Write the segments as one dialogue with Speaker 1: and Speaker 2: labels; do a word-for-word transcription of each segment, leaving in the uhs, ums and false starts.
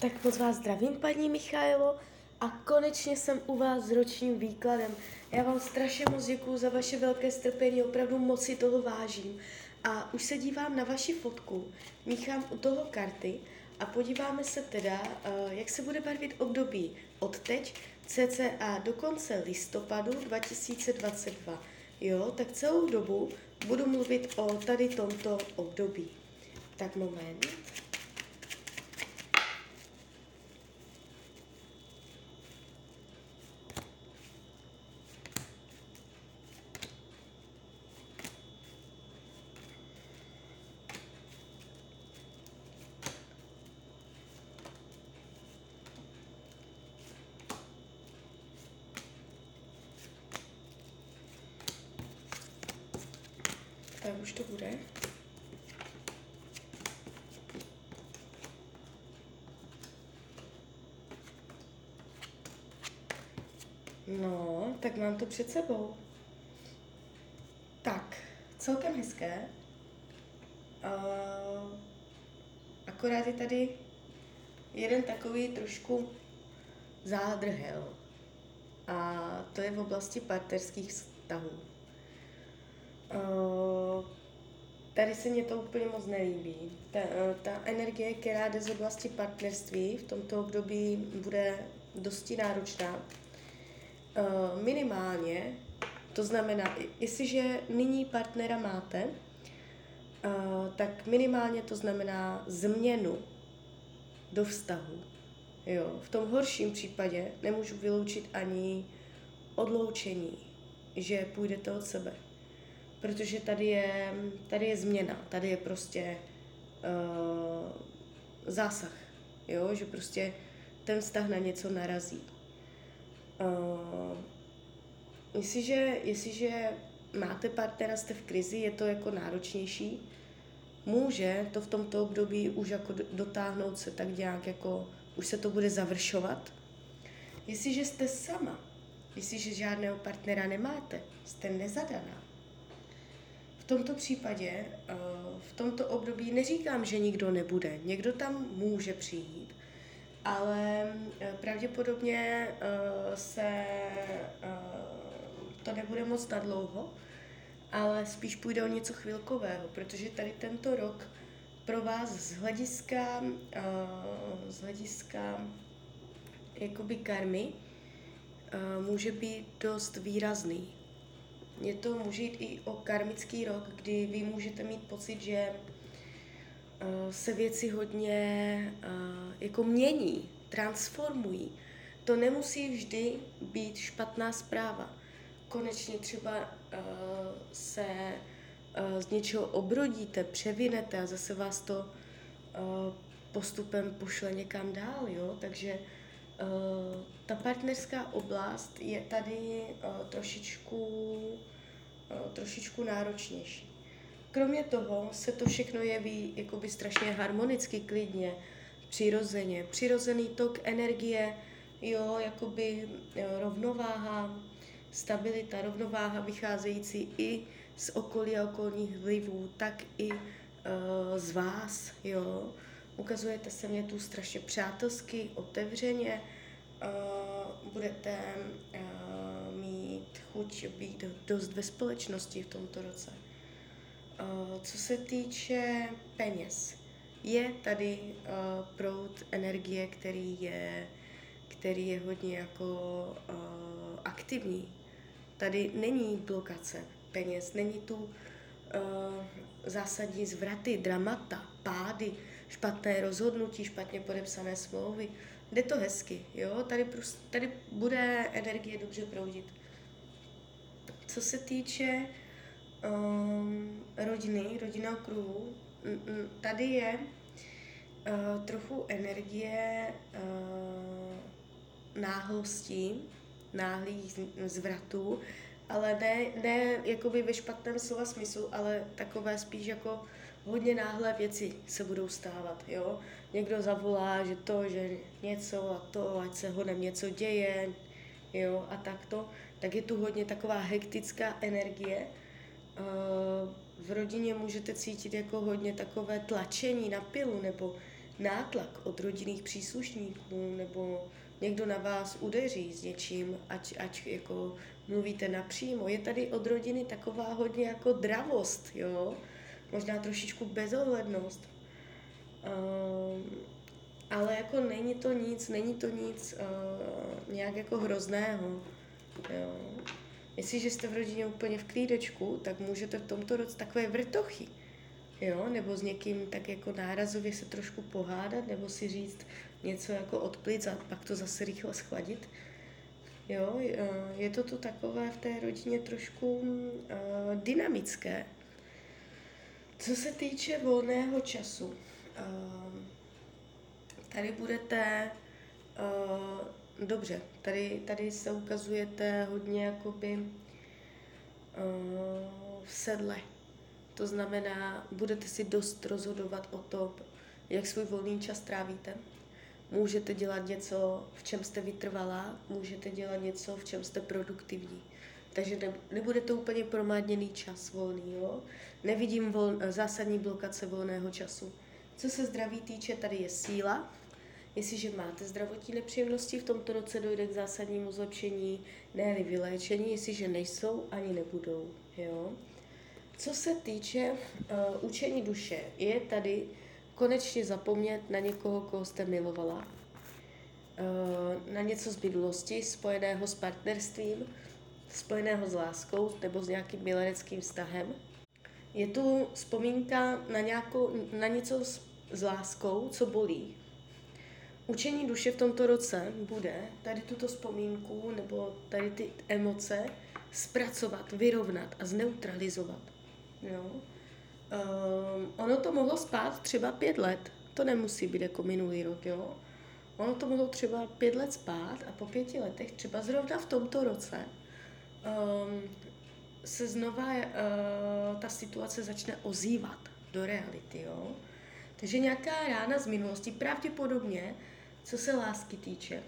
Speaker 1: Tak moc vás zdravím, paní Michailo, a konečně jsem u vás s ročním výkladem. Já vám strašně moc děkuju za vaše velké strpení, opravdu moc si toho vážím. A už se dívám na vaši fotku, míchám u toho karty a podíváme se teda, jak se bude barvit období od teď cca do konce listopadu dva tisíce dvacet dva. Jo, tak celou dobu budu mluvit o tady tomto období. Tak moment. Tak už to bude. No, tak mám to před sebou. Tak, celkem hezké. Uh, akorát je tady jeden takový trošku zádrhel. A to je v oblasti partnerských vztahů. Uh, tady se mě to úplně moc nelíbí. Ta, uh, ta energie, která jde z oblasti partnerství, v tomto období bude dosti náročná. Uh, minimálně, to znamená, jestliže nyní partnera máte, uh, tak minimálně to znamená změnu do vztahu. Jo, v tom horším případě nemůžu vyloučit ani odloučení, že půjdete od sebe. Protože tady je, tady je změna, tady je prostě uh, zásah, jo, že prostě ten vztah na něco narazí. Uh, jestliže, jestliže máte partnera, jste v krizi, je to jako náročnější, může to v tomto období už jako dotáhnout se tak nějak jako, už se to bude završovat. Jestliže jste sama, jestliže žádného partnera nemáte, jste nezadaná. V tomto případě, v tomto období neříkám, že nikdo nebude. Někdo tam může přijít, ale pravděpodobně se to nebude moc nadlouho, ale spíš půjde o něco chvilkového, protože tady tento rok pro vás z hlediska, z hlediska jakoby karmy může být dost výrazný. Je to může jít i o karmický rok, kdy vy můžete mít pocit, že uh, se věci hodně uh, jako mění, transformují. To nemusí vždy být špatná zpráva. Konečně třeba uh, se uh, z něčeho obrodíte, převinete a zase vás to uh, postupem pošle někam dál, jo? Takže Uh, ta partnerská oblast je tady uh, trošičku, uh, trošičku náročnější. Kromě toho se to všechno jeví jakoby strašně harmonicky, klidně, přirozeně. Přirozený tok energie, jo, jakoby jo, rovnováha, stabilita, rovnováha vycházející i z okolí a okolních vlivů, tak i uh, z vás, jo. Ukazujete se mě tu strašně přátelsky, otevřeně, uh, budete uh, mít chuť být dost ve společnosti v tomto roce. Uh, co se týče peněz, je tady uh, proud energie, který je, který je hodně jako uh, aktivní. Tady není blokace peněz, není tu uh, zásadní zvraty, dramata, pády, špatné rozhodnutí, špatně podepsané smlouvy. Jde to hezky, jo? Tady, prostě, tady bude energie dobře proudit. Co se týče um, rodiny, rodinného kruhu, tady je uh, trochu energie uh, náhlostí, náhlých zvratů, ale ne, ne jakoby ve špatném slova smyslu, ale takové spíš jako hodně náhlé věci se budou stávat, jo. Někdo zavolá, že to, že něco a to, ať se hodem něco děje, jo, a takto. Tak je tu hodně taková hektická energie. V rodině můžete cítit jako hodně takové tlačení na pilu, nebo nátlak od rodinných příslušníků nebo někdo na vás udeří s něčím, ať, ať jako mluvíte napřímo. Je tady od rodiny taková hodně jako dravost, jo? Možná trošičku bezohlednost. Um, ale jako není to nic, není to nic uh, nějak jako hrozného, jo? Jestliže jste v rodině úplně v klídečku, tak můžete v tomto roce takové vrtochy, jo, nebo s někým tak jako nárazově se trošku pohádat, nebo si říct něco jako odplit a pak to zase rychle schladit. Jo, je to tu takové v té rodině trošku uh, dynamické. Co se týče volného času, uh, tady budete, uh, dobře, tady, tady se ukazujete hodně jakoby uh, v sedle. To znamená, budete si dost rozhodovat o to, jak svůj volný čas trávíte. Můžete dělat něco, v čem jste vytrvalá, můžete dělat něco, v čem jste produktivní. Takže ne, nebude to úplně promádněný čas volný, jo? Nevidím vol, zásadní blokace volného času. Co se zdraví týče, tady je síla. Jestliže máte zdravotní nepříjemnosti, v tomto roce dojde k zásadnímu zlepšení, ne-li vyléčení, jestliže nejsou, ani nebudou, jo? Co se týče uh, učení duše, je tady konečně zapomnět na někoho, koho jste milovala, uh, na něco z minulosti, spojeného s partnerstvím, spojeného s láskou nebo s nějakým mileneckým vztahem. Je tu vzpomínka na, nějakou, na něco s, s láskou, co bolí. Učení duše v tomto roce bude tady tuto vzpomínku nebo tady ty emoce zpracovat, vyrovnat a zneutralizovat. Jo. Um, ono to mohlo spát třeba pět let, to nemusí být jako minulý rok, jo. Ono to mohlo třeba pět let spát a po pěti letech, třeba zrovna v tomto roce, um, se znova uh, ta situace začne ozývat do reality, jo. Takže nějaká rána z minulosti, pravděpodobně, co se lásky týče.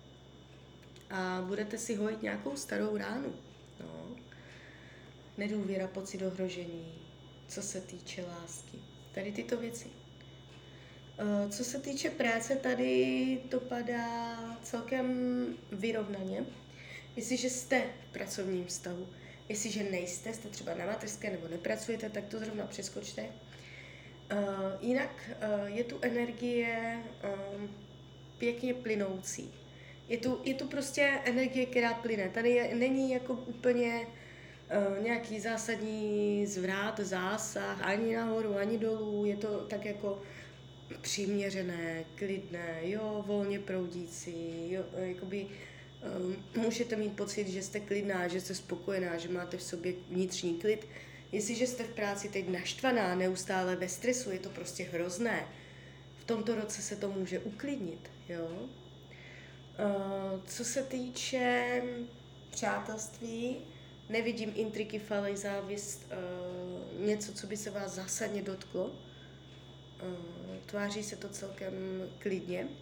Speaker 1: A budete si hojit nějakou starou ránu, no. Nedůvěra, pocit ohrožení, co se týče lásky. Tady tyto věci. Co se týče práce, tady to padá celkem vyrovnaně. Jestliže jste v pracovním vztahu, jestliže nejste, jste třeba na mateřské nebo nepracujete, tak to zrovna přeskočte. Jinak je tu energie pěkně plynoucí. Je tu, je tu prostě energie, která plyne. Tady je, není jako úplně Uh, nějaký zásadní zvrat, zásah, ani nahoru, ani dolů, je to tak jako přiměřené, klidné, jo, volně proudící, jo, jakoby um, můžete mít pocit, že jste klidná, že jste spokojená, že máte v sobě vnitřní klid. Jestliže jste v práci teď naštvaná, neustále ve stresu, je to prostě hrozné. V tomto roce se to může uklidnit, jo. Uh, co se týče přátelství, nevidím intriky, falej, závist, uh, něco, co by se vás zásadně dotklo. Uh, tváří se to celkem klidně. Uh,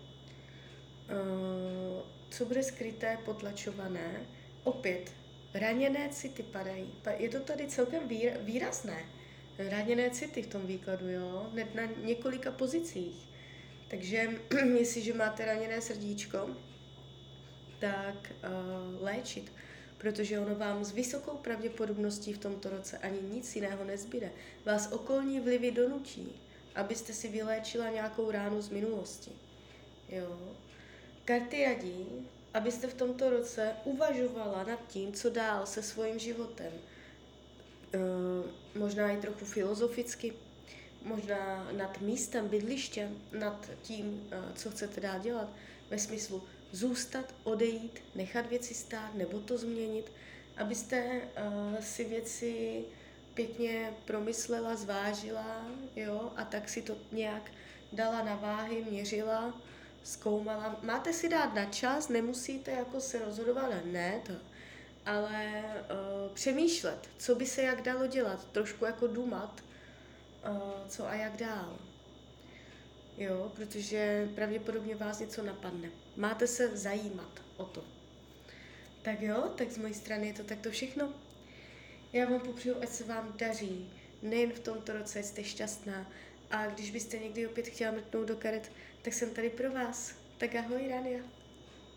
Speaker 1: co bude skryté, potlačované? Opět, raněné city padají. Je to tady celkem výrazné. Raněné city v tom výkladu, jo? Na několika pozicích. Takže jestliže máte raněné srdíčko, tak uh, léčit. Protože ono vám s vysokou pravděpodobností v tomto roce ani nic jiného nezbyde. Vás okolní vlivy donutí, abyste si vyléčila nějakou ránu z minulosti. Jo. Karty radí, abyste v tomto roce uvažovala nad tím, co dál se svým životem. E, možná i trochu filozoficky, možná nad místem, bydlištěm, nad tím, co chcete dál dělat, ve smyslu zůstat, odejít, nechat věci stát nebo to změnit, abyste uh, si věci pěkně promyslela, zvážila, jo, a tak si to nějak dala na váhy, měřila, zkoumala. Máte si dát na čas, nemusíte jako se rozhodovat hned, ale uh, přemýšlet, co by se jak dalo dělat, trošku jako dumat, uh, co a jak dál. Jo, protože pravděpodobně vás něco napadne. Máte se zajímat o to. Tak jo, tak z mojí strany je to takto všechno. Já vám popřeju, ať se vám daří. Nejen v tomto roce jste šťastná, A když byste někdy opět chtěla mrknout do karet, tak jsem tady pro vás. Tak ahoj, Rania.